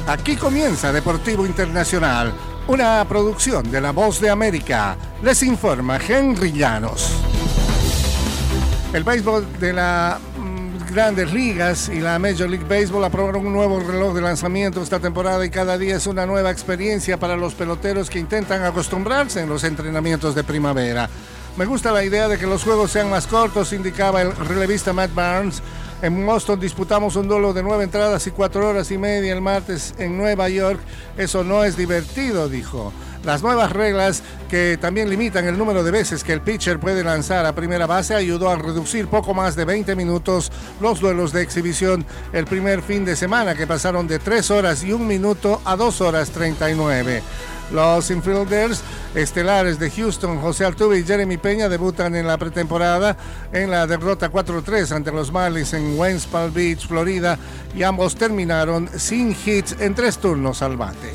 Aquí comienza Deportivo Internacional, una producción de La Voz de América. Les informa Henry Llanos. El béisbol de las Grandes Ligas y la Major League Baseball aprobaron un nuevo reloj de lanzamiento esta temporada y cada día es una nueva experiencia para los peloteros que intentan acostumbrarse en los entrenamientos de primavera. Me gusta la idea de que los juegos sean más cortos, indicaba el relevista Matt Barnes. En Boston disputamos un duelo de 9 entradas y 4 horas y media el martes en Nueva York. Eso no es divertido, dijo. Las nuevas reglas, que también limitan el número de veces que el pitcher puede lanzar a primera base, ayudó a reducir poco más de 20 minutos los duelos de exhibición el primer fin de semana, que pasaron de 3 horas y 1 minuto a 2 horas 39. Los infielders estelares de Houston, José Altuve y Jeremy Peña, debutan en la pretemporada en la derrota 4-3 ante los Marlins en West Palm Beach, Florida, y ambos terminaron sin hits en 3 turnos al bate.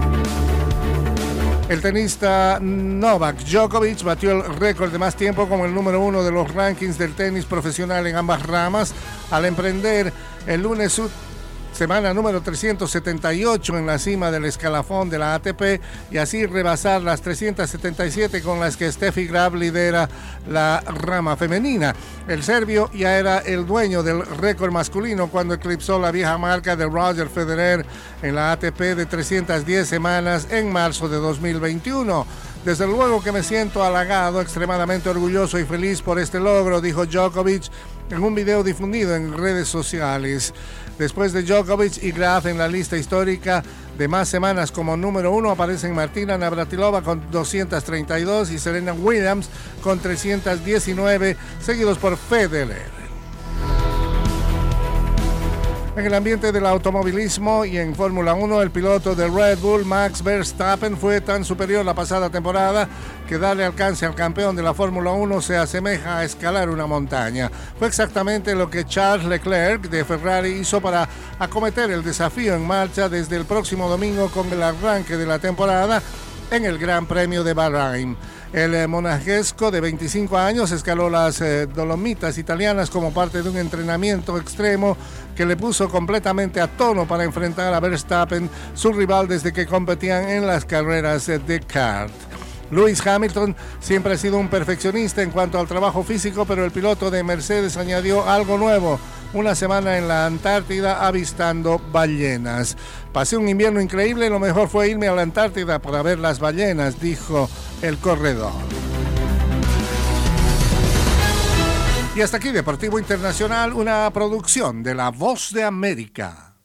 El tenista Novak Djokovic batió el récord de más tiempo como el número 1 de los rankings del tenis profesional en ambas ramas al emprender el lunes su semana número 378 en la cima del escalafón de la ATP y así rebasar las 377 con las que Steffi Graf lidera la rama femenina. El serbio ya era el dueño del récord masculino cuando eclipsó la vieja marca de Roger Federer en la ATP de 310 semanas en marzo de 2021. Desde luego que me siento halagado, extremadamente orgulloso y feliz por este logro, dijo Djokovic en un video difundido en redes sociales. Después de Djokovic y Graf en la lista histórica de más semanas como número 1 aparecen Martina Navratilova con 232 y Serena Williams con 319, seguidos por Federer. En el ambiente del automovilismo y en Fórmula 1, el piloto de Red Bull, Max Verstappen, fue tan superior la pasada temporada que darle alcance al campeón de la Fórmula 1 se asemeja a escalar una montaña. Fue exactamente lo que Charles Leclerc de Ferrari hizo para acometer el desafío en marcha desde el próximo domingo con el arranque de la temporada en el Gran Premio de Bahrein. El monegasco de 25 años escaló las Dolomitas italianas como parte de un entrenamiento extremo que le puso completamente a tono para enfrentar a Verstappen, su rival desde que competían en las carreras de kart. Lewis Hamilton siempre ha sido un perfeccionista en cuanto al trabajo físico, pero el piloto de Mercedes añadió algo nuevo: una semana en la Antártida avistando ballenas. Pasé un invierno increíble, lo mejor fue irme a la Antártida para ver las ballenas, dijo el corredor. Y hasta aquí Deportivo Internacional, una producción de La Voz de América.